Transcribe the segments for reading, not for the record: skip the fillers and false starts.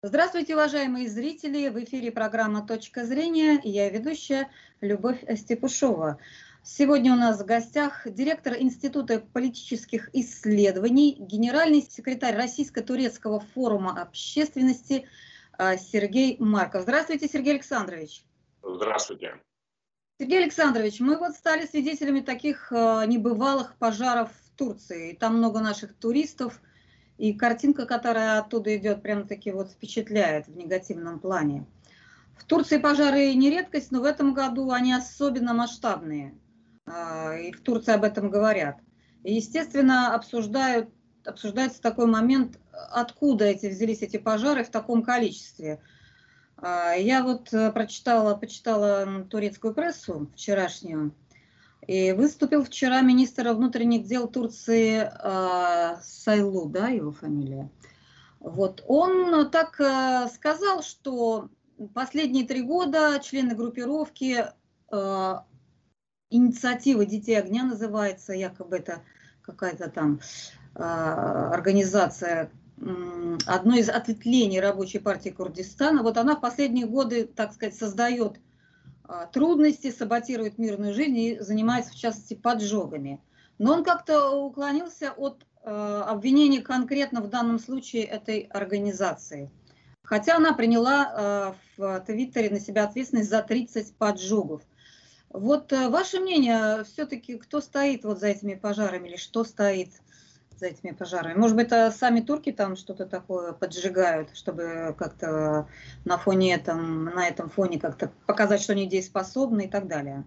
Здравствуйте, уважаемые зрители! В эфире программа «Точка зрения» и я ведущая Любовь Степушова. Сегодня у нас в гостях директор Института политических исследований, генеральный секретарь Российско-турецкого форума общественности Сергей Марков. Здравствуйте, Сергей Александрович! Здравствуйте! Сергей Александрович, мы вот стали свидетелями таких небывалых пожаров в Турции. Там много наших туристов. И картинка, которая оттуда идет, прям-таки вот впечатляет в негативном плане. В Турции пожары не редкость, но в этом году они особенно масштабные. И в Турции об этом говорят. И, естественно, обсуждается такой момент, откуда взялись эти пожары в таком количестве. Я вот почитала турецкую прессу вчерашнюю. И выступил вчера министр внутренних дел Турции Сайлу, да, его фамилия. Вот он так сказал, что последние 3 года члены группировки «Инициатива детей огня» называется, якобы это какая-то там организация, одно из ответвлений рабочей партии Курдистана. Вот она в последние годы, так сказать, создает трудности, саботирует мирную жизнь и занимается, в частности, поджогами. Но он как-то уклонился от обвинения конкретно в данном случае этой организации. Хотя она приняла в Твиттере на себя ответственность за 30 поджогов. Вот ваше мнение, все-таки кто стоит вот за этими пожарами или что стоит за этими пожарами? Может быть, это сами турки там что-то такое поджигают, чтобы как-то на этом фоне как-то показать, что они дееспособны и так далее?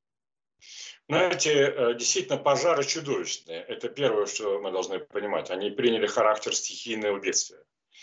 Знаете, действительно, пожары чудовищные. Это первое, что мы должны понимать. Они приняли характер стихийного бедствия.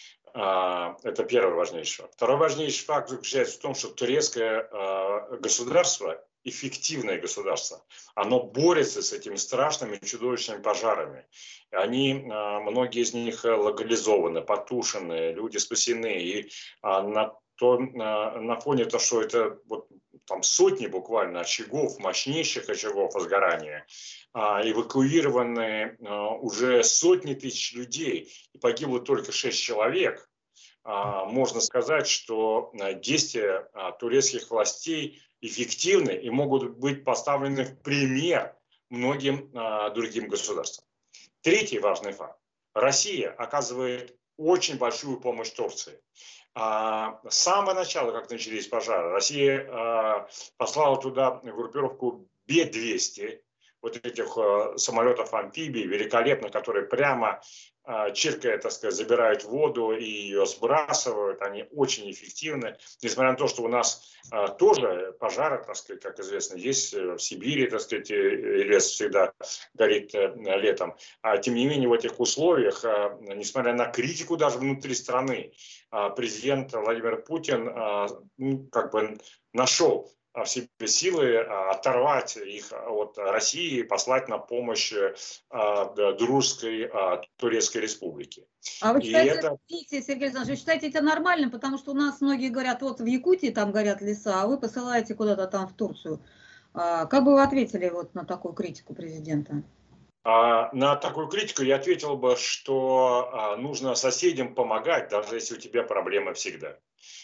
Это первый важнейший факт. Второй важнейший факт заключается в том, что турецкое государство, эффективное государство, оно борется с этими страшными чудовищными пожарами. Многие из них локализованы, потушены, люди спасены. И на фоне того, что это вот, там сотни буквально очагов, мощнейших очагов возгорания, эвакуированы уже сотни тысяч людей, и погибло только 6 человек, можно сказать, что действия турецких властей эффективны и могут быть поставлены в пример многим другим государствам. Третий важный факт. Россия оказывает очень большую помощь Турции. С самого начала, как начались пожары, Россия послала туда группировку Б-200, вот этих самолетов-амфибий великолепно, которые прямо чиркая, так сказать, забирают воду и ее сбрасывают. Они очень эффективны. Несмотря на то, что у нас тоже пожары, так сказать, как известно, есть в Сибири, так сказать, лес всегда горит летом. Тем не менее, в этих условиях, несмотря на критику даже внутри страны, президент Владимир Путин как бы нашел в себе силы оторвать их от России и послать на помощь дружеской Турецкой Республике. А вы считаете, Сергей Александрович, вы считаете это нормальным? Потому что у нас многие говорят, вот в Якутии там горят леса, а вы посылаете куда-то там в Турцию. Как бы вы ответили вот на такую критику президента? На такую критику я ответил бы, что нужно соседям помогать, даже если у тебя проблемы всегда.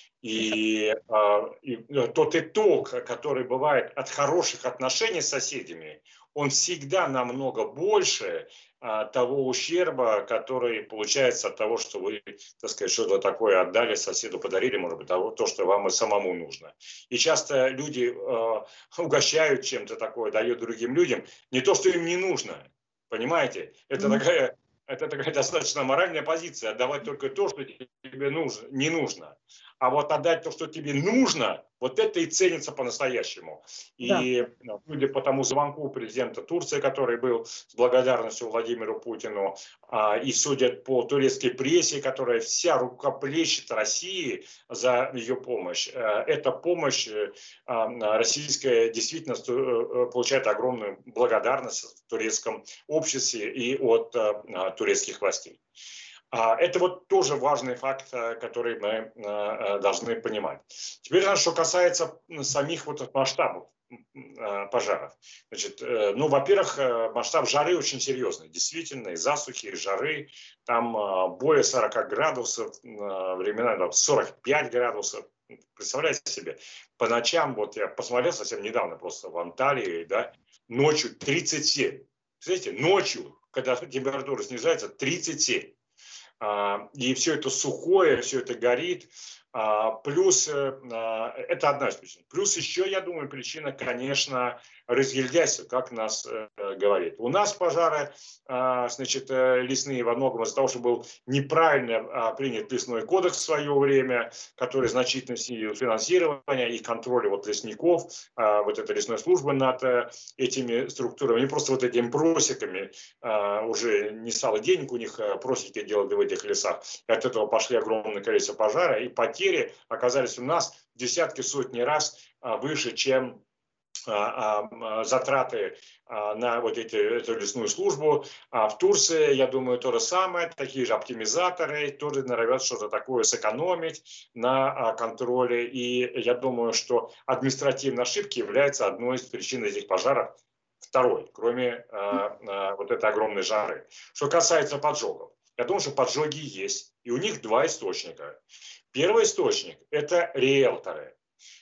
И тот итог, который бывает от хороших отношений с соседями, он всегда намного больше того ущерба, который получается от того, что вы, так сказать, что-то такое отдали соседу, подарили, может быть, то, что вам и самому нужно. И часто люди угощают чем-то такое, дают другим людям не то, что им не нужно. Понимаете? Это такая достаточно моральная позиция. Отдавать только то, что тебе не нужно. А вот отдать то, что тебе нужно, вот это и ценится по-настоящему. И судя по тому звонку президента Турции, который был с благодарностью Владимиру Путину, и судя по турецкой прессе, которая вся рукоплещет России за ее помощь, эта помощь российская действительно получает огромную благодарность в турецком обществе и от турецких властей. Это вот тоже важный факт, который мы должны понимать. Теперь, что касается самих вот масштабов. пожаров. Значит, ну, во-первых, масштаб жары очень серьезный. Действительно, и засухи, и жары. Там более 40 градусов, временами 45 градусов. Представляете себе, по ночам, вот я посмотрел совсем недавно просто в Анталии, да, ночью 37. Представляете, ночью, когда температура снижается, 37. И все это сухое, все это горит. Плюс, это одна из причин. Плюс еще, я думаю, причина, конечно, разгильдяйства, как нас говорит. У нас пожары, значит, лесные во многом из-за того, что был неправильно принят лесной кодекс в свое время, который значительно снизил финансирование и контроль вот лесников, вот эта лесная служба над этими структурами. Они просто вот этими просеками уже не стало денег у них, просеки делали в этих лесах. И от этого пошли огромное количество пожаров, и потери оказались у нас в десятки, сотни раз выше, чем затраты на вот эту лесную службу. В Турции, я думаю, то же самое, такие же оптимизаторы, тоже норовят что-то такое сэкономить на контроле. И я думаю, что административные ошибки являются одной из причин этих пожаров. Второй, кроме вот этой огромной жары. Что касается поджогов, я думаю, что поджоги есть, и у них два источника. Первый источник – это риэлторы.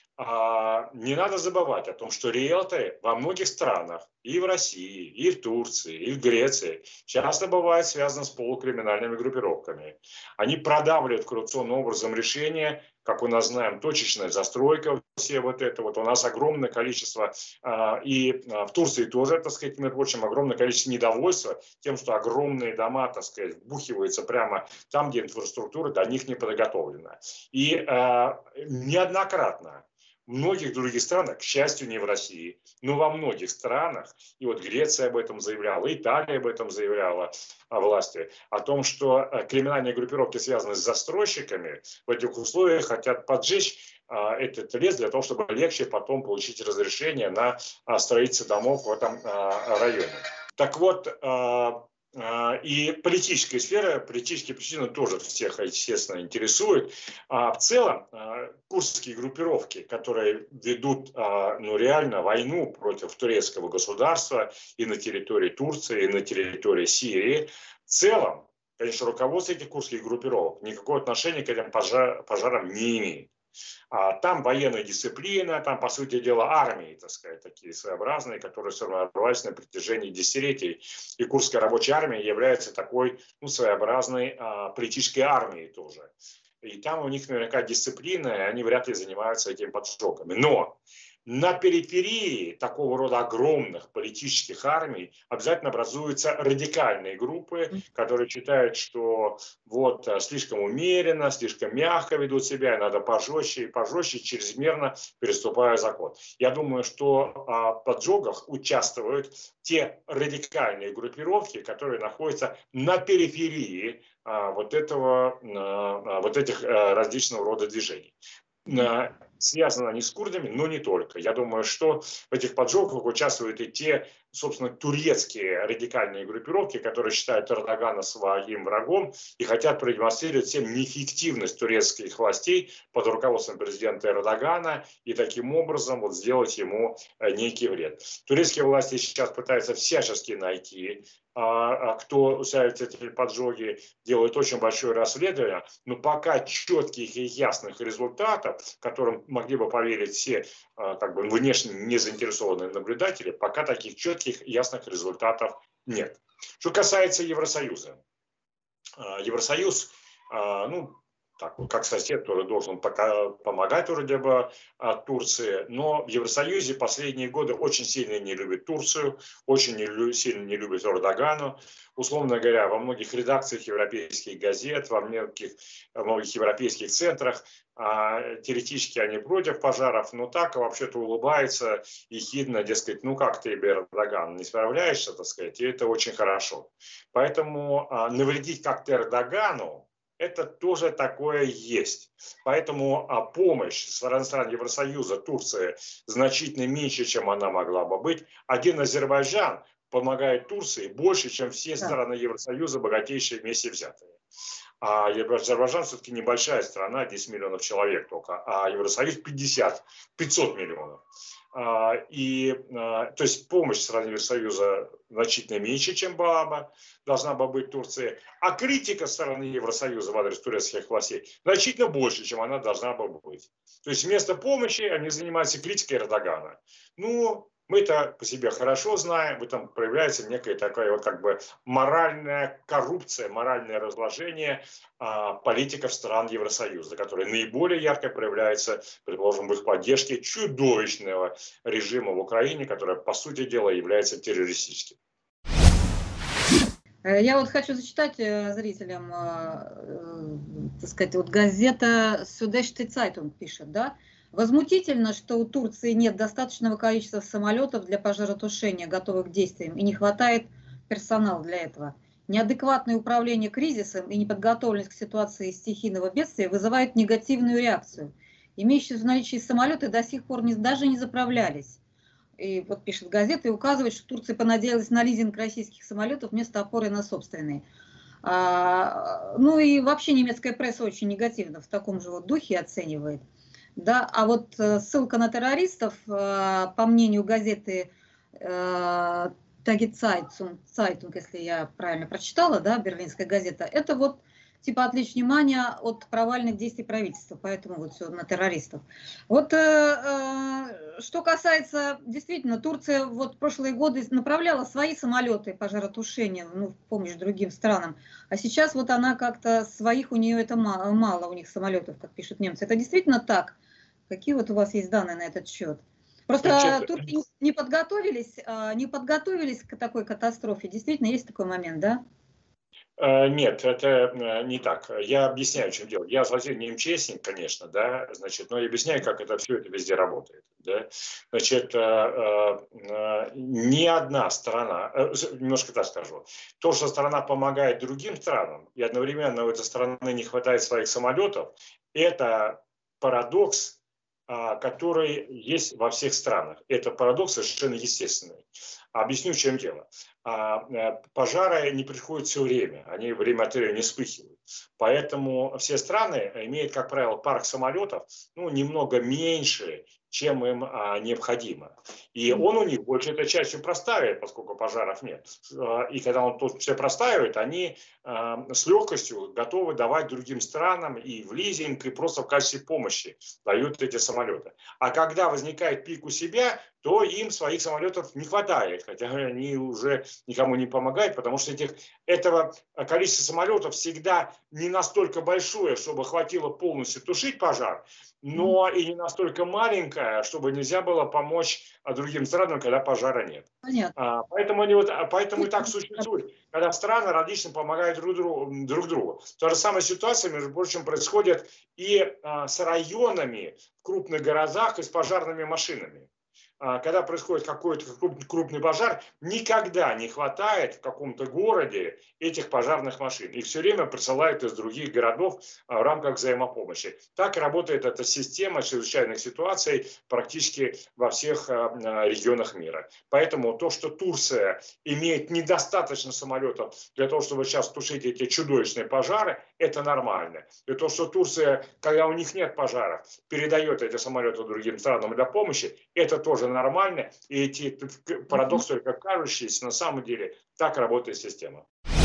Не надо забывать о том, что риэлторы во многих странах, и в России, и в Турции, и в Греции, часто бывают связаны с полукриминальными группировками. Они продавливают коррупционным образом решения, как у нас знаем, точечная застройка, все вот это вот. У нас огромное количество, и в Турции тоже, так сказать, между прочим, огромное количество недовольства тем, что огромные дома, так сказать, вбухиваются прямо там, где инфраструктура до них не подготовлена. И неоднократно в многих других странах, к счастью, не в России, но во многих странах, и вот Греция об этом заявляла, Италия об этом заявляла власти, о том, что криминальные группировки, связанные с застройщиками, в этих условиях хотят поджечь этот лес для того, чтобы легче потом получить разрешение на строительство домов в этом районе. Так вот, и политическая сфера, политические причины тоже всех, естественно, интересуют. В целом, курдские группировки, которые ведут ну, реально войну против турецкого государства и на территории Турции, и на территории Сирии, в целом, конечно, руководство этих курдских группировок никакого отношения к этим пожарам не имеет. Там военная дисциплина, там, по сути дела, армии, так сказать, такие своеобразные, которые сформировались на протяжении десятилетий. И курдская рабочая армия является такой, ну, своеобразной политической армией тоже. И там у них наверняка дисциплина, и они вряд ли занимаются этими поджогами. Но на периферии такого рода огромных политических армий обязательно образуются радикальные группы, которые считают, что вот слишком умеренно, слишком мягко ведут себя, и надо пожестче, и пожестче, чрезмерно переступая закон. Я думаю, что в поджогах участвуют те радикальные группировки, которые находятся на периферии вот этих различного рода движений. Связаны они с курдами, но не только. Я думаю, что в этих поджогах участвуют и те, собственно, турецкие радикальные группировки, которые считают Эрдогана своим врагом и хотят продемонстрировать всем неэффективность турецких властей под руководством президента Эрдогана и таким образом вот сделать ему некий вред. Турецкие власти сейчас пытаются всячески найти, кто устраивает эти поджоги, делают очень большое расследование, но пока четких и ясных результатов, которым могли бы поверить все как бы внешне не заинтересованные наблюдатели, пока таких четких ясных результатов нет. Что касается Евросоюза. Евросоюз, ну, так, как сосед, который должен пока помогать вроде бы Турции, но в Евросоюзе последние годы очень сильно не любят Турцию, очень сильно не любят Эрдогана. Условно говоря, во многих редакциях европейских газет, во многих европейских центрах теоретически они против пожаров, но так вообще-то улыбается ехидно, дескать, ну как ты, Эрдоган, не справляешься, так сказать, и это очень хорошо. Поэтому навредить как-то Эрдогану, это тоже такое есть. Поэтому помощь со стран Евросоюза Турции значительно меньше, чем она могла бы быть. Один Азербайджан помогает Турции больше, чем все страны Евросоюза, богатейшие вместе взятые. А Азербайджан все-таки небольшая страна, 10 миллионов человек только, а Евросоюз 500 миллионов. То есть помощь стране Евросоюза значительно меньше, чем должна была быть Турции, а критика стороны Евросоюза в адрес турецких властей значительно больше, чем она должна была быть. То есть вместо помощи они занимаются критикой Эрдогана. Ну, мы-то по себе хорошо знаем, в этом проявляется некая такая вот как бы моральная коррупция, моральное разложение политиков стран Евросоюза, которое наиболее ярко проявляется, предположим, в их поддержке чудовищного режима в Украине, который, по сути дела, является террористическим. Я вот хочу зачитать зрителям, так сказать, вот газета Süddeutsche Zeitung пишет, да? Возмутительно, что у Турции нет достаточного количества самолетов для пожаротушения, готовых к действиям, и не хватает персонала для этого. Неадекватное управление кризисом и неподготовленность к ситуации стихийного бедствия вызывают негативную реакцию. Имеющиеся в наличии самолеты до сих пор даже не заправлялись. И вот пишет газета и указывает, что Турция понадеялась на лизинг российских самолетов вместо опоры на собственные. Ну и вообще немецкая пресса очень негативно в таком же вот духе оценивает. Да, а вот ссылка на террористов, по мнению газеты Tage Zeitung, если я правильно прочитала, да, берлинская газета, это вот типа отвлечь внимание от провальных действий правительства, поэтому вот все на террористов. Вот что касается, действительно, Турция вот в прошлые годы направляла свои самолеты пожаротушения, ну, в помощь другим странам, а сейчас вот она как-то своих, у нее это мало у них самолетов, как пишут немцы. Это действительно так? Какие вот у вас есть данные на этот счет? Просто турки не подготовились к такой катастрофе. Действительно, есть такой момент, да? Нет, это не так. Я объясняю, в чем дело. Я совсем не МЧСник, конечно, да, значит, но я объясняю, как это все это везде работает. Да? Значит, ни одна страна, немножко так скажу, то, что страна помогает другим странам, и одновременно у этой страны не хватает своих самолетов, это парадокс, который есть во всех странах. Это парадокс совершенно естественный. Объясню, в чем дело. Пожары не приходят все время, они время от времени не вспыхивают. Поэтому все страны имеют, как правило, парк самолетов, ну, немного меньше, чем им необходимо. И он у них большей этой частью простаивает, поскольку пожаров нет. И когда он тут все простаивает, они с легкостью готовы давать другим странам и в лизинг, и просто в качестве помощи дают эти самолеты. А когда возникает пик у себя, то им своих самолетов не хватает, хотя они уже никому не помогают, потому что этого количества самолетов всегда не настолько большое, чтобы хватило полностью тушить пожар, но и не настолько маленькое, чтобы нельзя было помочь другим странам, когда пожара нет. Поэтому и так существует, когда страны различно помогают друг другу. Та же самая ситуация, между прочим, происходит и с районами в крупных городах и с пожарными машинами. Когда происходит какой-то крупный пожар, никогда не хватает в каком-то городе этих пожарных машин. Их все время присылают из других городов в рамках взаимопомощи. Так работает эта система чрезвычайных ситуаций практически во всех регионах мира. Поэтому то, что Турция имеет недостаточно самолетов для того, чтобы сейчас тушить эти чудовищные пожары, это нормально. И то, что Турция, когда у них нет пожаров, передает эти самолеты другим странам для помощи, это тоже нормально. И эти парадоксы, только кажущиеся, на самом деле так работает система.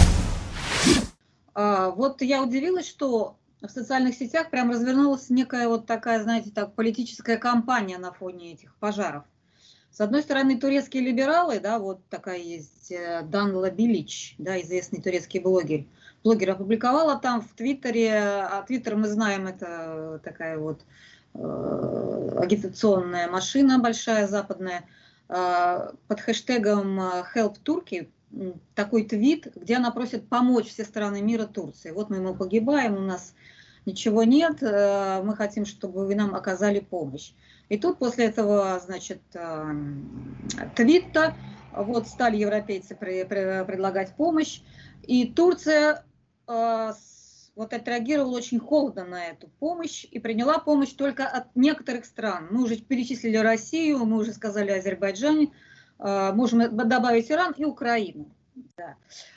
Вот я удивилась, что в социальных сетях прям развернулась некая вот такая, знаете, так, политическая кампания на фоне этих пожаров. С одной стороны, турецкие либералы, да, вот такая есть Данла Билич, да, известный турецкий блогер, опубликовала там в Твиттере, а Твиттер, мы знаем, это такая вот агитационная машина большая, западная, под хэштегом Help Turkey, такой твит, где она просит помочь все страны мира Турции. Вот мы погибаем, у нас ничего нет, мы хотим, чтобы вы нам оказали помощь. И тут после этого, значит, твита, вот стали европейцы предлагать помощь, и Турция вот отреагировала очень холодно на эту помощь и приняла помощь только от некоторых стран. Мы уже перечислили Россию, мы уже сказали Азербайджане, можем добавить Иран и Украину. Да.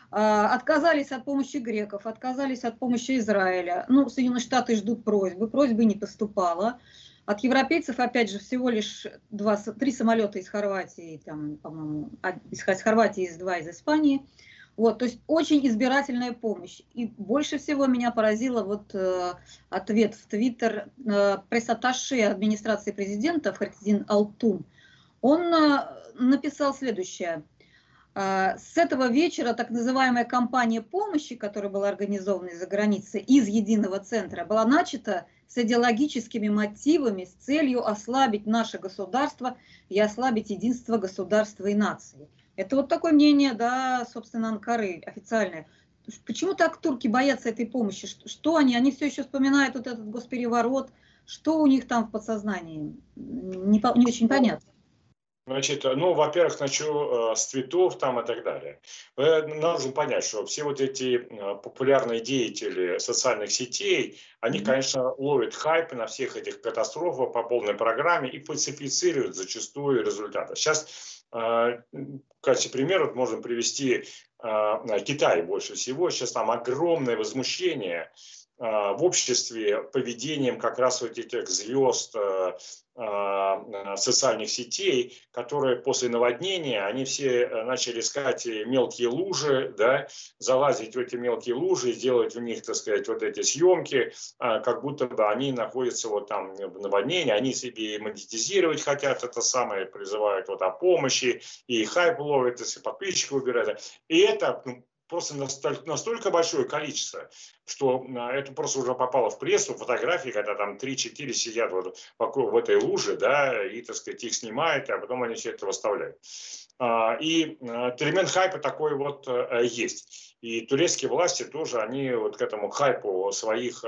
Отказались от помощи греков, отказались от помощи Израиля. Ну, Соединенные Штаты ждут просьбы не поступало. От европейцев, опять же, всего лишь 3 самолета из Хорватии, там, по-моему, из Хорватии, 2 из Испании. Вот, то есть очень избирательная помощь. И больше всего меня поразило вот ответ в Твиттер пресс-атташе администрации президента Фахриддин Алтун. Он написал следующее. С этого вечера так называемая кампания помощи, которая была организована из-за границы, из единого центра, была начата с идеологическими мотивами, с целью ослабить наше государство и ослабить единство государства и нации. Это вот такое мнение, да, собственно, Анкары официальное. Почему так турки боятся этой помощи? Что они? Они все еще вспоминают вот этот госпереворот. Что у них там в подсознании? Не очень понятно. Значит, ну, во-первых, начну с цветов там и так далее. Нужно понять, что все вот эти популярные деятели социальных сетей, они, конечно, ловят хайп на всех этих катастрофах по полной программе и фальсифицируют зачастую результаты. Сейчас, в качестве примера, вот можно привести Китай больше всего. Сейчас там огромное возмущение в обществе поведением как раз вот этих звезд социальных сетей, которые после наводнения, они все начали искать мелкие лужи, да, залазить в эти мелкие лужи, делать в них, так сказать, вот эти съемки, как будто бы они находятся вот там в наводнении, они себе монетизировать хотят, это самое, призывают вот о помощи, и хайп ловят, если подписчиков убирают. И это просто настолько большое количество, что это просто уже попало в прессу, фотографии, когда там 3-4 сидят вот вокруг в этой луже, да, и, так сказать, их снимают, а потом они все это выставляют. И элемент хайпа такой вот есть. И турецкие власти тоже, они вот к этому хайпу своих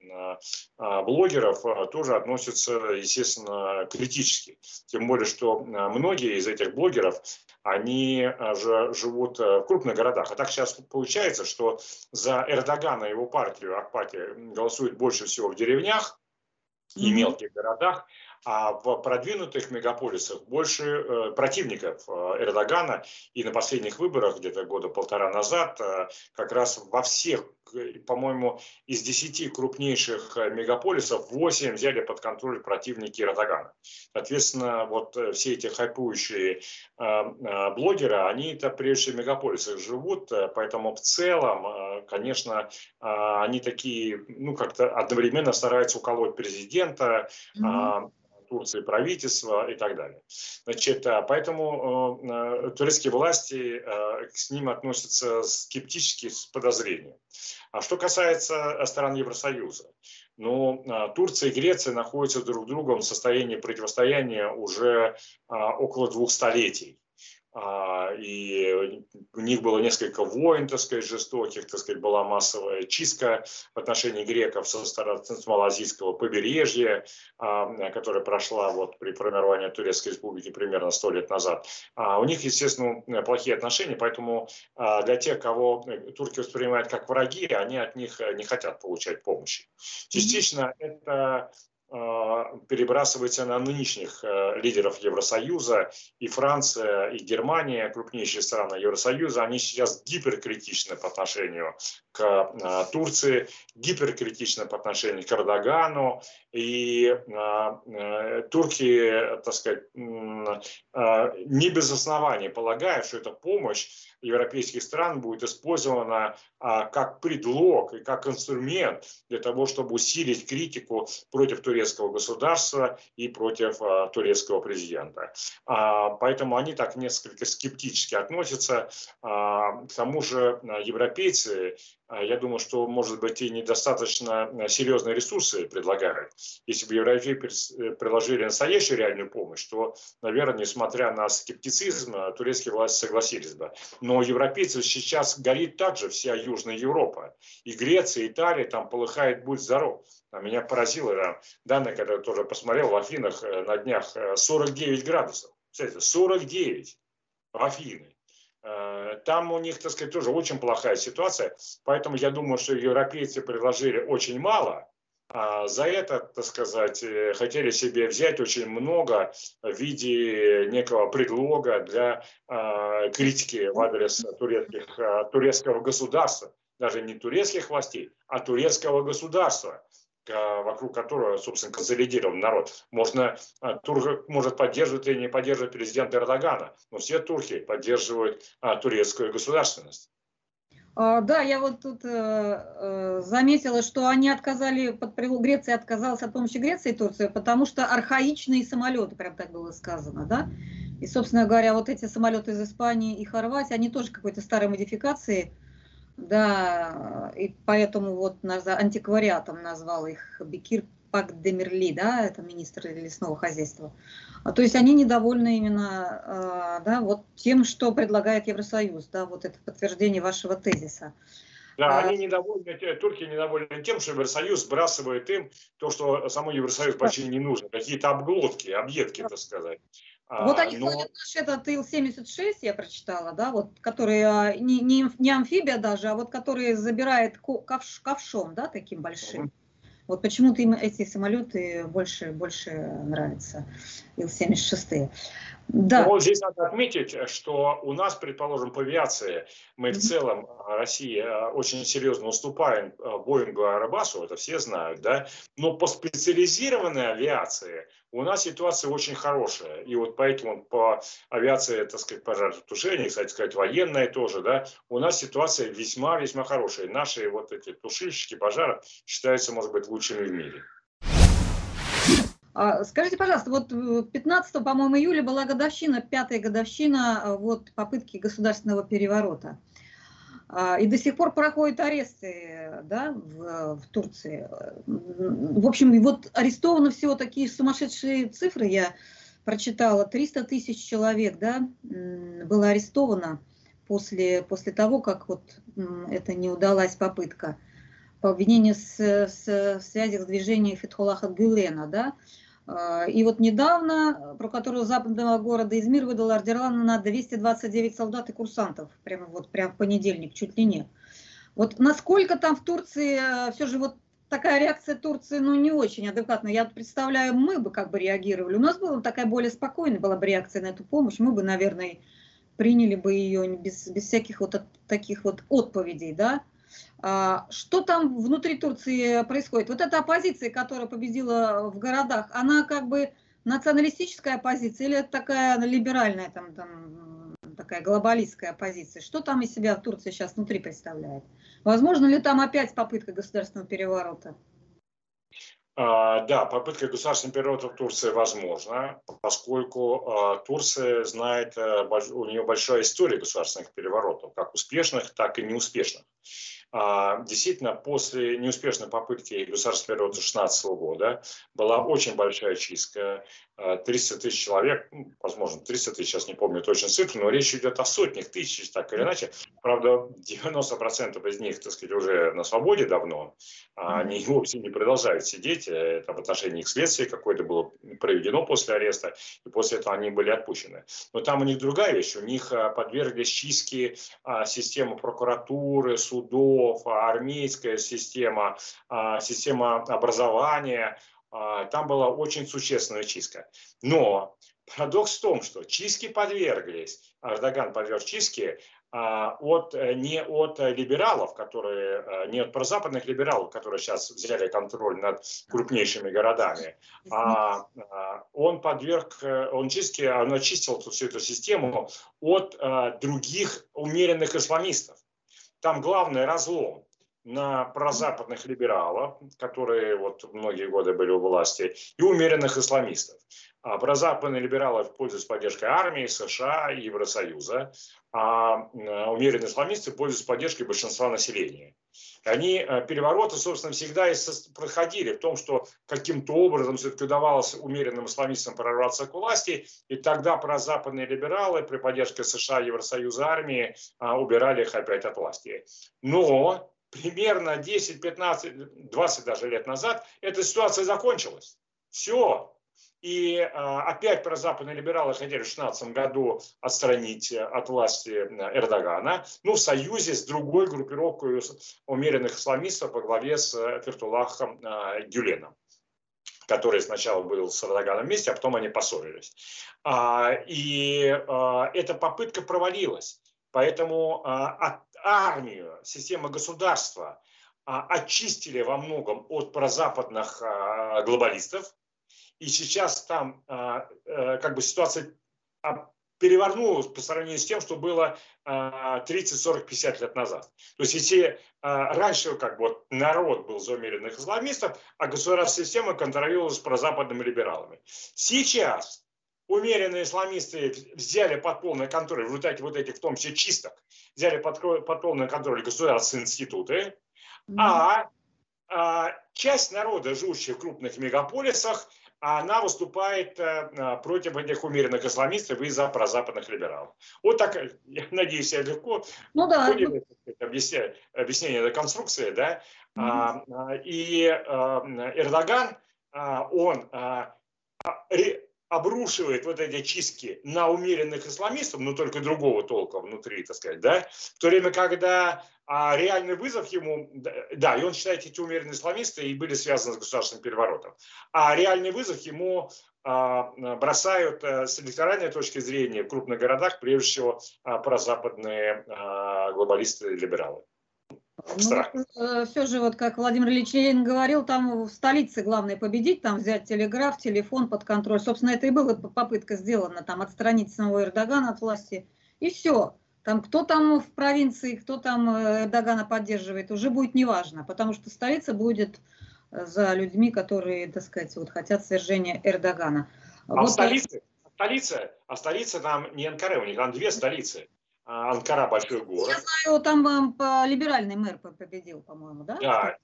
блогеров тоже относятся, естественно, критически. Тем более, что многие из этих блогеров, они же живут в крупных городах. А так сейчас получается, что за Эрдогана и его партию, Ак-Парти, голосуют больше всего в деревнях и мелких городах, а в продвинутых мегаполисах больше противников Эрдогана. И на последних выборах, где-то года полтора назад, как раз во всех, по-моему, из 10 крупнейших мегаполисов 8 взяли под контроль противники Эрдогана. Соответственно, вот все эти хайпующие блогеры, они-то прежде всего в мегаполисах живут, поэтому в целом, конечно, они такие, ну, как-то одновременно стараются уколоть президента, Турции, правительства и так далее. Значит, поэтому турецкие власти с ним относятся скептически, с подозрением. А что касается стран Евросоюза, ну, Турция и Греция находятся друг с другом в состоянии противостояния уже около 2 столетий. И у них было несколько войн, так сказать, жестоких, так сказать, была массовая чистка в отношении греков со стороны малоазийского побережья, которая прошла вот при формировании Турецкой республики примерно 100 лет назад. У них, естественно, плохие отношения, поэтому для тех, кого турки воспринимают как враги, они от них не хотят получать помощи. Частично это перебрасывается на нынешних лидеров Евросоюза. И Франция, и Германия, крупнейшие страны Евросоюза, они сейчас гиперкритичны по отношению к Турции, гиперкритичны по отношению к Эрдогану. И турки, так сказать, не без оснований полагают, что эта помощь европейских стран будет использована как предлог и как инструмент для того, чтобы усилить критику против турецкого государства и против турецкого президента. Поэтому они так несколько скептически относятся. К тому же европейцы, я думаю, что, может быть, и недостаточно серьезные ресурсы предлагают. Если бы европейцы приложили настоящую реальную помощь, то, наверное, несмотря на скептицизм, турецкие власти согласились бы. Но европейцев сейчас горит также вся Южная Европа. И Греция, и Италия, там полыхает, будь здоров. Меня поразило данные, когда я тоже посмотрел в Афинах на днях, 49 градусов. Кстати, 49 в Афины. Там у них, так сказать, тоже очень плохая ситуация. Поэтому я думаю, что европейцы предложили очень мало. За это, так сказать, хотели себе взять очень много в виде некого предлога для критики в адрес турецкого государства. Даже не турецких властей, а турецкого государства, вокруг которого, собственно, консолидирован народ. Турк может поддерживать или не поддерживать президента Эрдогана, но все турки поддерживают турецкую государственность. Да, я вот тут заметила, что они отказали, Греция отказалась от помощи Греции и Турции, потому что архаичные самолеты, прям так было сказано, да. И, собственно говоря, вот эти самолеты из Испании и Хорватии, они тоже какой-то старой модификации, да, и поэтому вот антиквариатом назвал их Бекир Пак-Демирли, да, это министр лесного хозяйства. То есть они недовольны именно, да, вот тем, что предлагает Евросоюз, да, вот это подтверждение вашего тезиса. Да, они недовольны, турки недовольны тем, что Евросоюз сбрасывает им то, что самому Евросоюзу почти не нужно, какие-то обглотки, объедки, так сказать. Вот они ходят, наш этот Ил-76, я прочитала, да, вот, который не амфибия даже, а вот который забирает ковшом, да, таким большим. Вот почему-то им эти самолеты больше нравятся, Ил-76. Да. Вот здесь надо отметить, что у нас, предположим, по авиации, мы в целом, Россия, очень серьезно уступаем Боингу и Airbus'у, это все знают, да, но по специализированной авиации у нас ситуация очень хорошая. И вот поэтому по авиации, так сказать, пожаротушения, кстати сказать, военная тоже, да, у нас ситуация весьма-весьма хорошая. Наши вот эти тушильщики пожаров считаются, может быть, лучшими в мире. Скажите, пожалуйста, вот 15, по-моему, июля была годовщина, 5-я годовщина вот попытки государственного переворота. И до сих пор проходят аресты, да, в Турции. В общем, вот арестовано всего такие сумасшедшие цифры, я прочитала, 300 тысяч человек, да, было арестовано после того, как вот это не удалась попытка по обвинению в связях с движением Фетхуллаха Гюлена, да. И вот недавно прокуратура западного города Измир выдала ордера на 229 солдат и курсантов. Прямо в понедельник, чуть ли не. Вот насколько там в Турции, все же вот такая реакция Турции, ну, не очень адекватная. Я представляю, мы бы как бы реагировали. У нас была такая более спокойная была бы реакция на эту помощь. Мы бы, наверное, приняли бы ее без всяких вот таких вот отповедей, да. Что там внутри Турции происходит? Вот эта оппозиция, которая победила в городах, она как бы националистическая оппозиция или это такая либеральная, там такая глобалистская оппозиция? Что там из себя Турция сейчас внутри представляет? Возможно ли там опять попытка государственного переворота? Да, попытка государственного переворота в Турции возможна, поскольку Турция знает, у нее большая история государственных переворотов, как успешных, так и неуспешных. Действительно, после неуспешной попытки государственного переворота 2016 года была очень большая чистка, 300 тысяч человек, возможно, 300 тысяч, сейчас не помню точно цифру, но речь идет о сотнях тысяч, так или иначе. Правда, 90% из них, так сказать, уже на свободе давно, они вовсе не продолжают сидеть, это в отношении их следствия какое-то было проведено после ареста, и после этого они были отпущены. Но там у них другая вещь, у них подверглись чистке системы прокуратуры, судов, армейская система, система образования. Там была очень существенная чистка. Но парадокс в том, что чистки подверглись, Эрдоган подверг чистке не от либералов, не от прозападных либералов, которые сейчас взяли контроль над крупнейшими городами, он очистил всю эту систему от других умеренных исламистов. Там главный разлом на прозападных либералов, которые вот многие годы были у власти, и умеренных исламистов. Прозападные либералы пользуются поддержкой армии, США и Евросоюза, а умеренные исламисты пользуются поддержкой большинства населения. Перевороты, собственно, всегда и проходили в том, что каким-то образом все-таки удавалось умеренным исламистам прорваться к власти, и тогда прозападные либералы при поддержке США, Евросоюза, армии убирали их опять от власти. Но примерно 10, 15, 20 даже лет назад эта ситуация закончилась. Все. И опять прозападные либералы хотели в 2016 году отстранить от власти Эрдогана, ну, в союзе с другой группировкой умеренных исламистов во главе с Фетхуллахом Гюленом, который сначала был с Эрдоганом вместе, а потом они поссорились. И эта попытка провалилась. Поэтому армию, систему государства очистили во многом от прозападных глобалистов. И сейчас там как бы ситуация перевернулась по сравнению с тем, что было 30, 40, 50 лет назад. То есть если раньше как бы вот народ был за умеренных исламистов, а государственная система контролировалась прозападными либералами. Сейчас умеренные исламисты взяли под полный контроль, в результате вот этих, в том числе чисток, взяли под полный контроль государственные институты, а часть народа, живущих в крупных мегаполисах, она выступает против этих умеренных исламистов и за прозападных либералов. Вот так, я надеюсь, я легко понял объяснение этой конструкции, да? И Эрдоган, он обрушивает вот эти чистки на умеренных исламистов, но только другого толка внутри, так сказать, да, в то время, когда реальный вызов ему, да, и он считает, эти умеренные исламисты и были связаны с государственным переворотом, а реальный вызов ему бросают с электоральной точки зрения в крупных городах, прежде всего, прозападные глобалисты и либералы. Ну, все же, вот как Владимир Ильич Ленин говорил, там в столице главное победить, там взять телеграф, телефон под контроль. Собственно, это и была попытка сделана, там отстранить самого Эрдогана от власти. И все. Там, кто там в провинции, кто там Эрдогана поддерживает, уже будет неважно, потому что столица будет за людьми, которые, так сказать, вот, хотят свержения Эрдогана. А вот столица там не Анкара, у них там две столицы. Анкара большой город. Я знаю, там либеральный мэр победил, по-моему, да?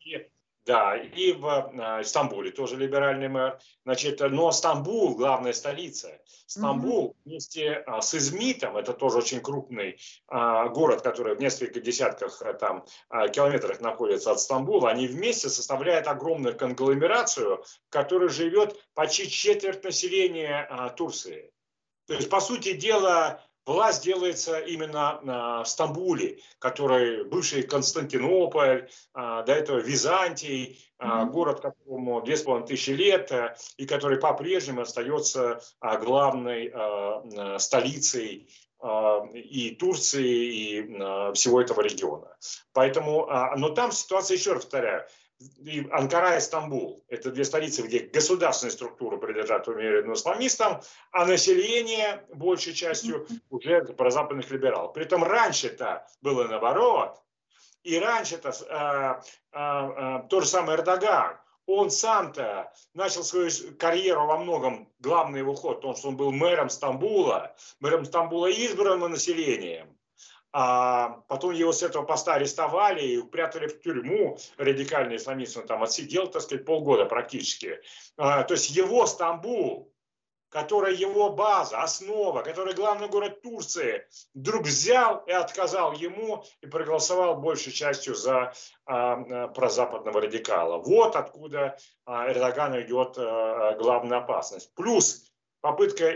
Да, и в Стамбуле тоже либеральный мэр. Значит, но Стамбул главная столица. Стамбул вместе с Измитом, это тоже очень крупный город, который в нескольких десятках там, километрах находится от Стамбула, они вместе составляют огромную конгломерацию, в которой живет почти четверть населения Турции. То есть, по сути дела, власть делается именно в Стамбуле, который бывший Константинополь, до этого Византий, город, которому 2500 лет, и который по-прежнему остается главной столицей и Турции, и всего этого региона. Поэтому, но там ситуация, еще раз повторяю, и Анкара и Стамбул – это две столицы, где государственные структуры принадлежат умеренным исламистам, а население, большей частью, уже прозападных либералов. При этом раньше-то было наоборот, и раньше-то тот же самый Эрдоган, он сам-то начал свою карьеру во многом, главный его ход, в том, что он был мэром Стамбула избранным населением. А потом его с этого поста арестовали и упрятали в тюрьму. Радикальный исламист, он там отсидел, так сказать, полгода практически. То есть его Стамбул, который его база, основа, который главный город Турции, вдруг взял и отказал ему и проголосовал большей частью за прозападного радикала. Вот откуда Эрдогану идет главная опасность. Плюс попытка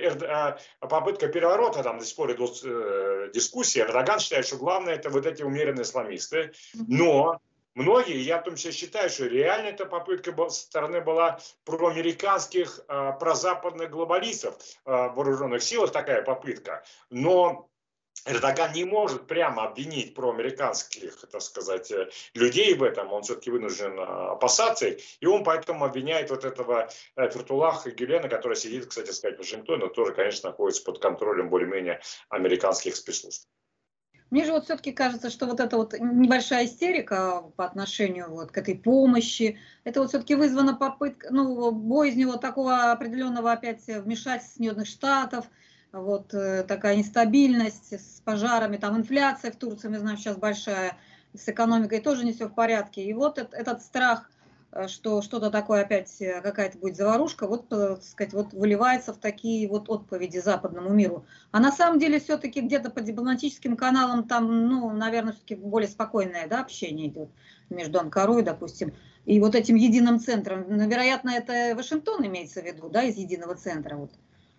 переворота, там до сих пор идут дискуссии, Эрдоган считает, что главное это вот эти умеренные исламисты, но многие, я в том числе считаю, что реально эта попытка со стороны была проамериканских, прозападных глобалистов в вооруженных силах, такая попытка, но Эрдоган не может прямо обвинить проамериканских, так сказать, людей в этом, он все-таки вынужден опасаться их, и он поэтому обвиняет вот этого Фетхуллаха Гюлена, который сидит, кстати сказать, в Вашингтоне, но тоже, конечно, находится под контролем более-менее американских спецслужб. Мне же вот все-таки кажется, что вот эта вот небольшая истерика по отношению вот к этой помощи, это вот все-таки вызвана попытка, ну, боязнь вот такого определенного опять вмешательства Соединенных Штатов, вот такая нестабильность с пожарами, там инфляция в Турции, мы знаем, сейчас большая, с экономикой тоже не все в порядке. И вот этот страх, что что-то такое опять, какая-то будет заварушка, вот, так сказать, вот выливается в такие вот отповеди западному миру. А на самом деле все-таки где-то по дипломатическим каналам там, ну, наверное, все-таки более спокойное, да, общение идет между Анкарой, допустим, и вот этим единым центром. Но, вероятно, это Вашингтон имеется в виду, да, из единого центра. Вот.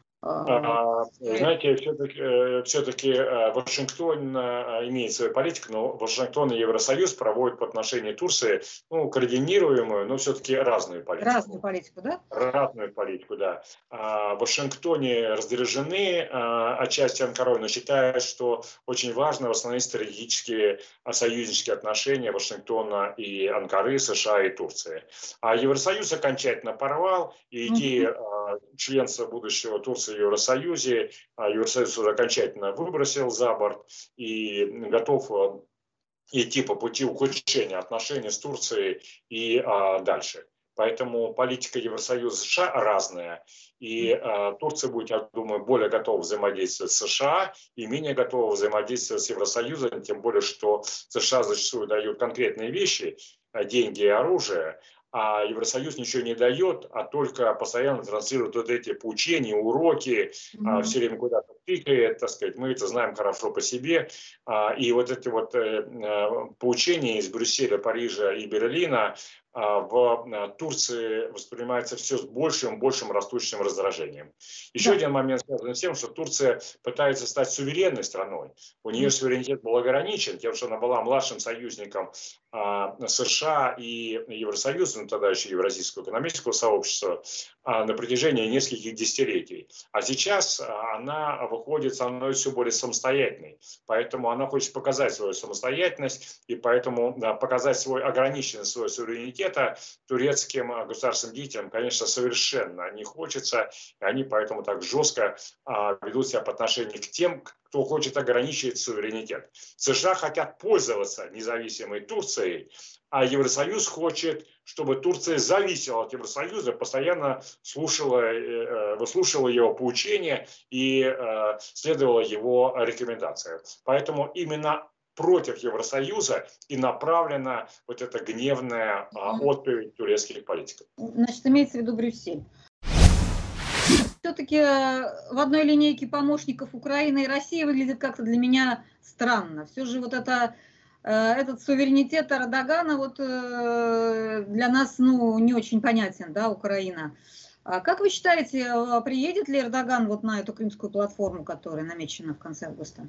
Знаете, все-таки Вашингтон имеет свою политику, но Вашингтон и Евросоюз проводят по отношению Турции, ну, координируемую, но все-таки разную политику. Разную политику, да? Разную политику, да. В Вашингтоне раздражены отчасти Анкарой, но считают, что очень важно восстановить стратегические союзнические отношения Вашингтона и Анкары, США и Турции. А Евросоюз окончательно порвал, и идея членства будущего Турции в Евросоюзе, Евросоюз уже окончательно выбросил за борт и готов идти по пути ухудшения отношений с Турцией и дальше. Поэтому политика Евросоюза и США разная. И Турция будет, я думаю, более готова взаимодействовать с США и менее готова взаимодействовать с Евросоюзом, тем более, что США зачастую дают конкретные вещи, деньги и оружие, а Евросоюз ничего не дает, а только постоянно транслирует вот эти поучения, уроки, все время куда-то тыкает, так сказать, мы это знаем хорошо по себе. И вот эти вот поучения из Брюсселя, Парижа и Берлина в Турции воспринимается все с большим растущим раздражением. Еще один момент связан с тем, что Турция пытается стать суверенной страной. У нее суверенитет был ограничен тем, что она была младшим союзником США и Евросоюза, ну, тогда еще Евразийского экономического сообщества, на протяжении нескольких десятилетий. А сейчас она выходит, становится все более самостоятельной. Поэтому она хочет показать свою самостоятельность и поэтому показать свой ограниченность, свой суверенитет турецким государственным деятелям, конечно, совершенно не хочется. И они поэтому так жестко ведут себя по отношению к тем, кто хочет ограничить суверенитет. США хотят пользоваться независимой Турцией, а Евросоюз хочет, чтобы Турция зависела от Евросоюза, постоянно выслушивала его поучения и следовала его рекомендациям. Поэтому именно против Евросоюза и направлена вот эта гневная отповедь турецких политиков. Значит, имеется в виду Брюссель. Все-таки в одной линейке помощников Украины и России выглядит как-то для меня странно. Все же вот этот суверенитет Эрдогана вот для нас, ну, не очень понятен, да, Украина. А как вы считаете, приедет ли Эрдоган вот на эту крымскую платформу, которая намечена в конце августа?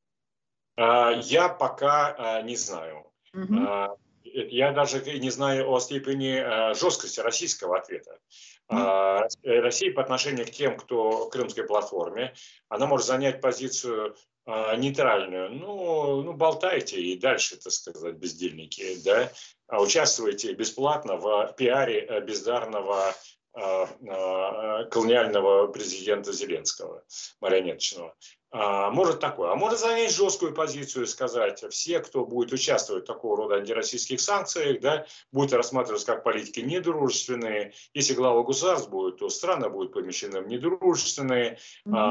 Я пока не знаю. Я даже не знаю о степени жесткости российского ответа. Россия по отношению к тем, кто в крымской платформе, она может занять позицию нейтральную. Ну, болтайте и дальше, так сказать, бездельники, да? Участвуйте бесплатно в пиаре бездарного колониального президента Зеленского, марионеточного. Может такое. А может занять жесткую позицию и сказать, все, кто будет участвовать в такого рода антироссийских санкциях, да, будет рассматриваться как политики недружественные. Если глава государств будет, то страны будут помещены в недружественные.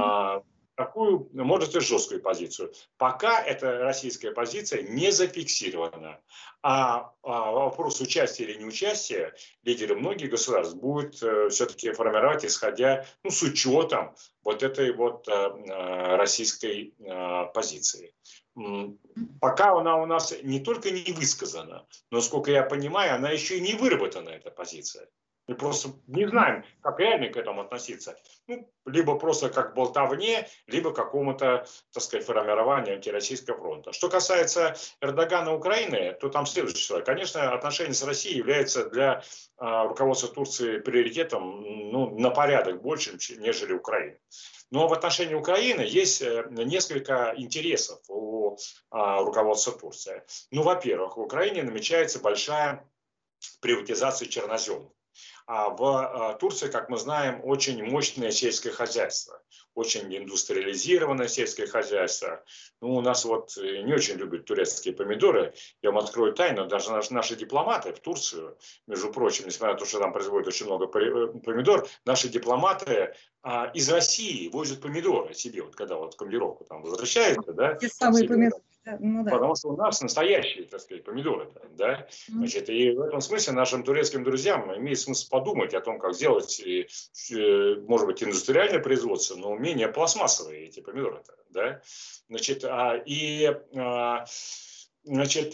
Такую, может, и жесткую позицию. Пока эта российская позиция не зафиксирована. А вопрос участия или неучастия лидеры многих государств будут все-таки формировать, исходя, ну, с учетом вот этой вот российской позиции. Пока она у нас не только не высказана, но, насколько я понимаю, она еще и не выработана, эта позиция. Мы просто не знаем, как реально к этому относиться. Ну, либо просто как болтовне, либо какому-то, так сказать, формированию антироссийского фронта. Что касается Эрдогана Украины, то там следующее. Конечно, отношения с Россией являются для руководства Турции приоритетом, ну, на порядок больше, нежели Украина. Но в отношении Украины есть несколько интересов у руководства Турции. Ну, во-первых, в Украине намечается большая приватизация черноземов. А в Турции, как мы знаем, очень мощное сельское хозяйство, очень индустриализированное сельское хозяйство. Ну, у нас вот не очень любят турецкие помидоры. Я вам открою тайну, даже наши дипломаты в Турцию, между прочим, несмотря на то, что там производят очень много помидор, наши дипломаты из России возят помидоры себе, вот когда вот в командировку там возвращаются, да? Те самые помидоры. Ну, да. Потому что у нас настоящие, так сказать, помидоры, да? Значит, и в этом смысле нашим турецким друзьям имеет смысл подумать о том, как сделать, может быть, индустриальное производство, но менее пластмассовые эти помидоры, да? Значит, Значит,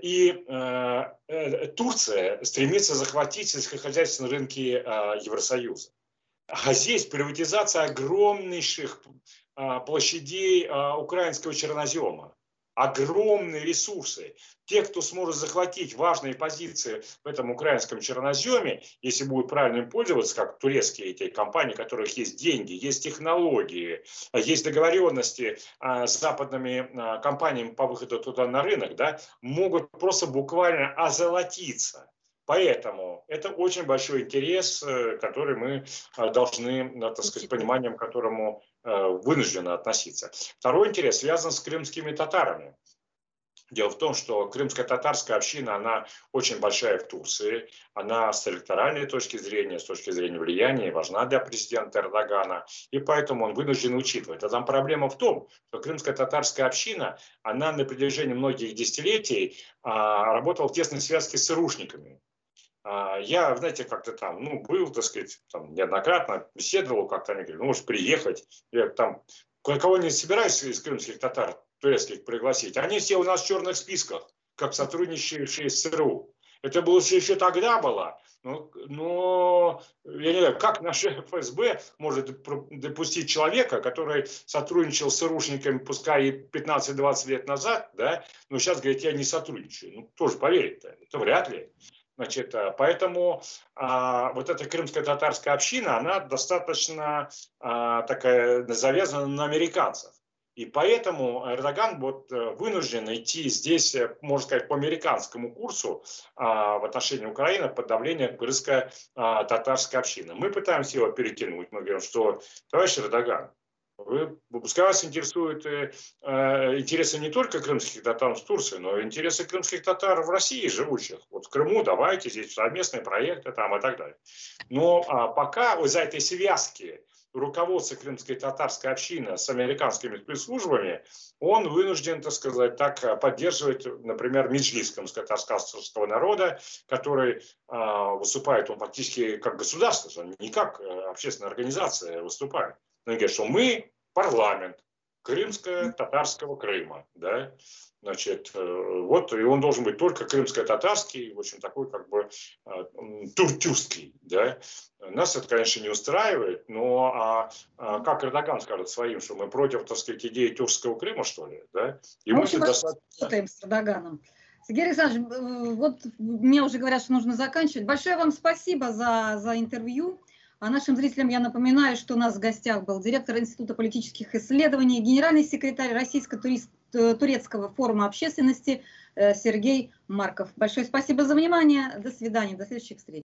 Турция стремится захватить сельскохозяйственные рынки Евросоюза. А здесь приватизация огромнейших площадей украинского чернозема. Огромные ресурсы. Те, кто сможет захватить важные позиции в этом украинском черноземе, если будут правильно им пользоваться, как турецкие эти компании, у которых есть деньги, есть технологии, есть договоренности с западными компаниями по выходу туда на рынок, да, могут просто буквально озолотиться. Поэтому это очень большой интерес, который мы должны, так сказать, с пониманием к которому вынуждены относиться. Второй интерес связан с крымскими татарами. Дело в том, что крымско-татарская община, она очень большая в Турции, она с электоральной точки зрения, с точки зрения влияния важна для президента Эрдогана, и поэтому он вынужден учитывать. А там проблема в том, что крымско-татарская община, она на протяжении многих десятилетий работала в тесной связке с ЦРУшниками. Я, знаете, как-то там, был, так сказать, там, неоднократно беседовал, как-то они говорят, можешь приехать. Я там кое-кого не собираюсь из крымских татар турецких пригласить. Они все у нас в черных списках, как сотрудничающие с ЦРУ. Это было еще тогда было. Но я не знаю, как наше ФСБ может допустить человека, который сотрудничал с ЦРУшниками, пускай и 15-20 лет назад, да, но сейчас говорит, я не сотрудничаю. Тоже поверить-то, это вряд ли. Значит, поэтому вот эта крымско-татарская община, она достаточно такая завязана на американцев. И поэтому Эрдоган вынужден идти здесь, можно сказать, по американскому курсу в отношении Украины под давлением крымско-татарской общины. Мы пытаемся его перетянуть. Мы говорим, что, товарищ Эрдоган, пускай вас интересуют интересы не только крымских татар в Турции, но и интересы крымских татар в России живущих. Вот в Крыму давайте, здесь совместные проекты там и так далее. Но пока из-за этой связки руководство крымской татарской общины с американскими спецслужбами, он вынужден, так сказать, так поддерживать, например, меджлис крымско-татарского народа, который выступает, он фактически как государство, он не как общественная организация выступает. Они говорят, что мы парламент крымско-татарского Крыма, да, значит, вот, и он должен быть только крымско-татарский, в общем, такой как бы тюркский, да. Нас это, конечно, не устраивает, но как Эрдоган скажет своим, что мы против, так сказать, идеи тюркского Крыма, что ли, да? И в общем, работаем с Эрдоганом. Сергей Александрович, вот мне уже говорят, что нужно заканчивать. Большое вам спасибо за интервью. А нашим зрителям я напоминаю, что у нас в гостях был директор Института политических исследований, генеральный секретарь Российско-турецкого форума общественности Сергей Марков. Большое спасибо за внимание. До свидания. До следующих встреч.